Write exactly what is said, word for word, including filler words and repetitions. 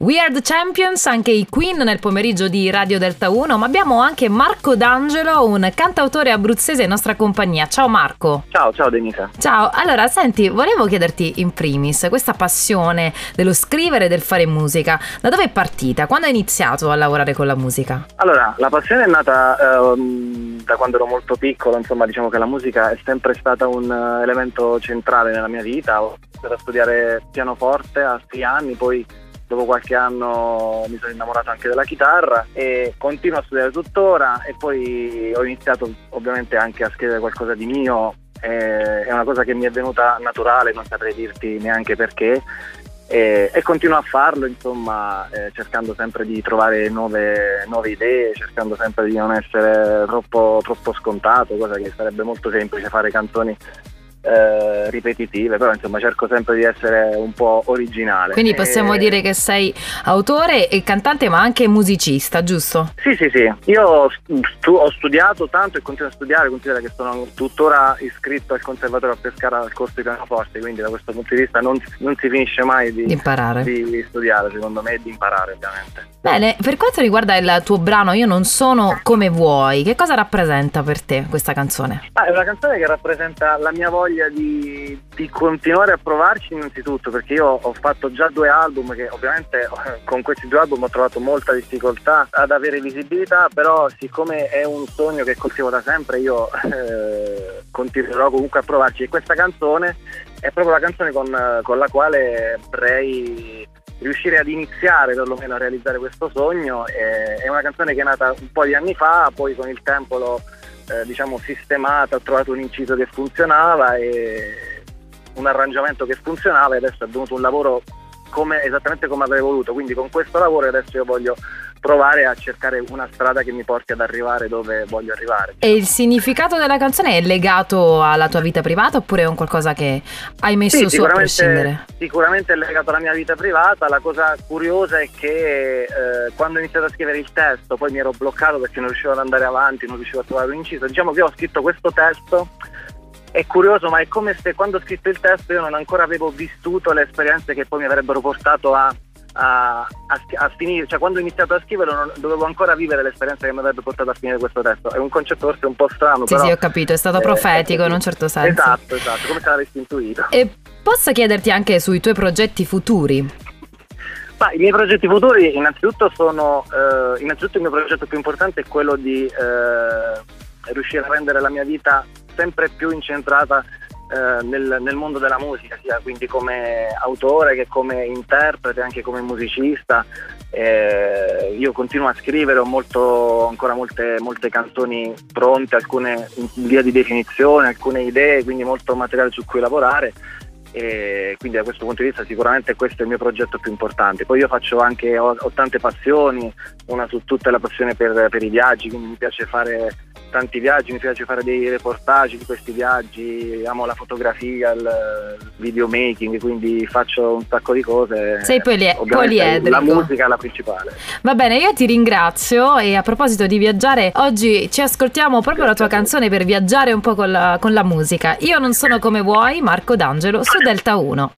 We Are The Champions, anche i Queen nel pomeriggio di Radio Delta uno, ma abbiamo anche Marco D'Angelo, un cantautore abruzzese in nostra compagnia. Ciao Marco. Ciao, ciao Denisa. Ciao, allora senti, volevo chiederti in primis questa passione dello scrivere e del fare musica, da dove è partita? Quando hai iniziato a lavorare con la musica? Allora, la passione è nata ehm, da quando ero molto piccolo, insomma diciamo che la musica è sempre stata un uh, elemento centrale nella mia vita. Ho iniziato a studiare pianoforte a sei anni, poi dopo qualche anno mi sono innamorato anche della chitarra e continuo a studiare tuttora, e poi ho iniziato ovviamente anche a scrivere qualcosa di mio. Eh, è una cosa che mi è venuta naturale, non saprei dirti neanche perché, e, e continuo a farlo, insomma, eh, cercando sempre di trovare nuove, nuove idee, cercando sempre di non essere troppo, troppo scontato, cosa che sarebbe molto semplice fare canzoni Eh, ripetitive, però insomma cerco sempre di essere un po' originale. Quindi possiamo e... dire che sei autore e cantante, ma anche musicista, giusto? Sì, sì, sì. Io stu- ho studiato tanto e continuo a studiare. Considera che sono tuttora iscritto al Conservatorio a Pescara al corso di pianoforte, quindi da questo punto di vista non, non si finisce mai di, di imparare, di studiare, secondo me, e di imparare ovviamente. Bene, per quanto riguarda il tuo brano Io non sono come vuoi, che cosa rappresenta per te questa canzone? Ah, è una canzone che rappresenta la mia voglia di, di continuare a provarci, innanzitutto perché io ho fatto già due album che ovviamente con questi due album ho trovato molta difficoltà ad avere visibilità, però siccome è un sogno che coltivo da sempre io eh, continuerò comunque a provarci, e questa canzone è proprio la canzone con, con la quale vorrei riuscire ad iniziare perlomeno a realizzare questo sogno. È una canzone che è nata un po' di anni fa, poi con il tempo l'ho eh, diciamo sistemata, ho trovato un inciso che funzionava e un arrangiamento che funzionava, e adesso è venuto un lavoro come, esattamente come avrei voluto, quindi con questo lavoro adesso io voglio provare a cercare una strada che mi porti ad arrivare dove voglio arrivare. E il significato della canzone è legato alla tua vita privata oppure è un qualcosa che hai messo sì, su a prescindere? Sicuramente è legato alla mia vita privata. La cosa curiosa è che eh, quando ho iniziato a scrivere il testo poi mi ero bloccato perché non riuscivo ad andare avanti, non riuscivo a trovare un inciso. Diciamo che io ho scritto questo testo, è curioso, ma è come se quando ho scritto il testo io non ancora avevo vissuto le esperienze che poi mi avrebbero portato a A, a, a finire, cioè quando ho iniziato a scriverlo non, dovevo ancora vivere l'esperienza che mi avrebbe portato a finire questo testo. È un concetto forse un po' strano, sì, però sì, ho capito, è stato eh, profetico in un certo senso. Esatto, esatto, come se l'avessi intuito. E posso chiederti anche sui tuoi progetti futuri? Ma i miei progetti futuri innanzitutto sono eh, innanzitutto il mio progetto più importante è quello di eh, riuscire a rendere la mia vita sempre più incentrata eh, nel, nel mondo della musica, sia quindi come autore che come interprete, anche come musicista. Eh, io continuo a scrivere, ho molto, ancora molte, molte canzoni pronte, alcune in via di definizione, alcune idee, quindi molto materiale su cui lavorare. E quindi da questo punto di vista sicuramente questo è il mio progetto più importante. Poi io faccio anche, ho, ho tante passioni, una su tutte è la passione per, per i viaggi, quindi mi piace fare tanti viaggi, mi piace fare dei reportage di questi viaggi, amo la fotografia, il videomaking, quindi faccio un sacco di cose. Sei poli- poliedrico. La musica è la principale. Va bene, io ti ringrazio, e a proposito di viaggiare, oggi ci ascoltiamo proprio Grazie la tua canzone per viaggiare un po' con la, con la musica. Io non sono come vuoi, Marco D'Angelo su Delta uno.